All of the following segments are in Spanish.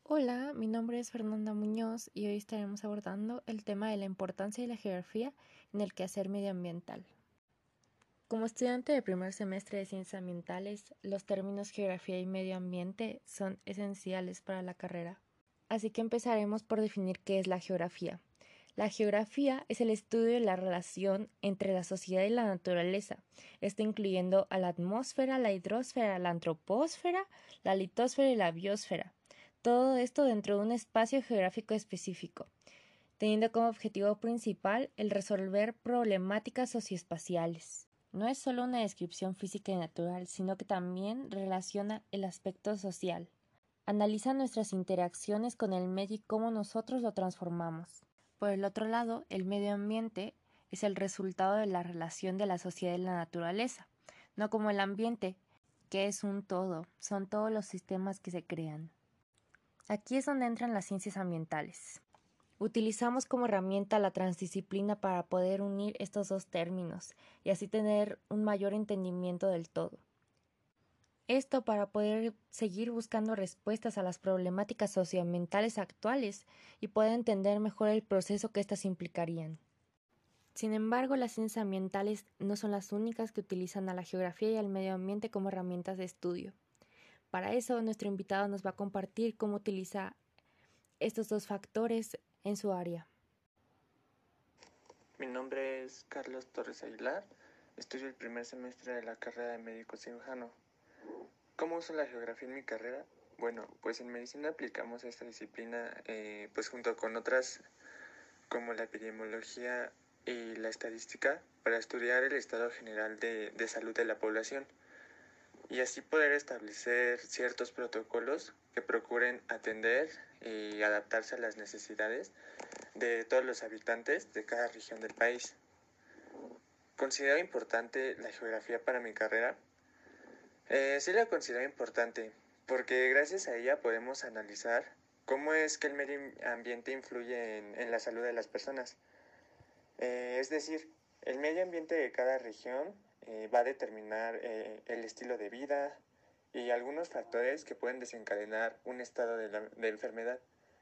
Hola, mi nombre es Fernanda Muñoz y hoy estaremos abordando el tema de la importancia de la geografía en el quehacer medioambiental. Como estudiante de primer semestre de Ciencias Ambientales, los términos geografía y medio ambiente son esenciales para la carrera. Así que empezaremos por definir qué es la geografía. La geografía es el estudio de la relación entre la sociedad y la naturaleza, esto incluyendo a la atmósfera, la hidrosfera, la antropósfera, la litosfera y la biosfera. Todo esto dentro de un espacio geográfico específico, teniendo como objetivo principal el resolver problemáticas socioespaciales. No es solo una descripción física y natural, sino que también relaciona el aspecto social. Analiza nuestras interacciones con el medio y cómo nosotros lo transformamos. Por el otro lado, el medio ambiente es el resultado de la relación de la sociedad y la naturaleza, no como el ambiente, que es un todo, son todos los sistemas que se crean. Aquí es donde entran las ciencias ambientales. Utilizamos como herramienta la transdisciplina para poder unir estos dos términos y así tener un mayor entendimiento del todo. Esto para poder seguir buscando respuestas a las problemáticas socioambientales actuales y poder entender mejor el proceso que éstas implicarían. Sin embargo, las ciencias ambientales no son las únicas que utilizan a la geografía y al medio ambiente como herramientas de estudio. Para eso, nuestro invitado nos va a compartir cómo utiliza estos dos factores en su área. Mi nombre es Carlos Torres Aguilar, estudio el primer semestre de la carrera de médico cirujano. ¿Cómo uso la geografía en mi carrera? Bueno, pues en medicina aplicamos esta disciplina pues junto con otras como la epidemiología y la estadística para estudiar el estado general de salud de la población y así poder establecer ciertos protocolos que procuren atender y adaptarse a las necesidades de todos los habitantes de cada región del país. ¿Considero importante la geografía para mi carrera? Sí la considero importante, porque gracias a ella podemos analizar cómo es que el medio ambiente influye en la salud de las personas. Es decir, el medio ambiente de cada región va a determinar el estilo de vida y algunos factores que pueden desencadenar un estado de enfermedad.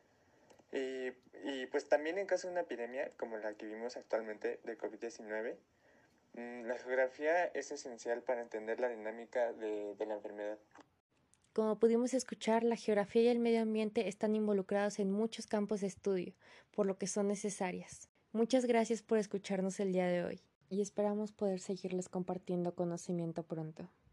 Y pues también en caso de una epidemia como la que vimos actualmente de COVID-19, la geografía es esencial para entender la dinámica de la enfermedad. Como pudimos escuchar, la geografía y el medio ambiente están involucrados en muchos campos de estudio, por lo que son necesarias. Muchas gracias por escucharnos el día de hoy y esperamos poder seguirles compartiendo conocimiento pronto.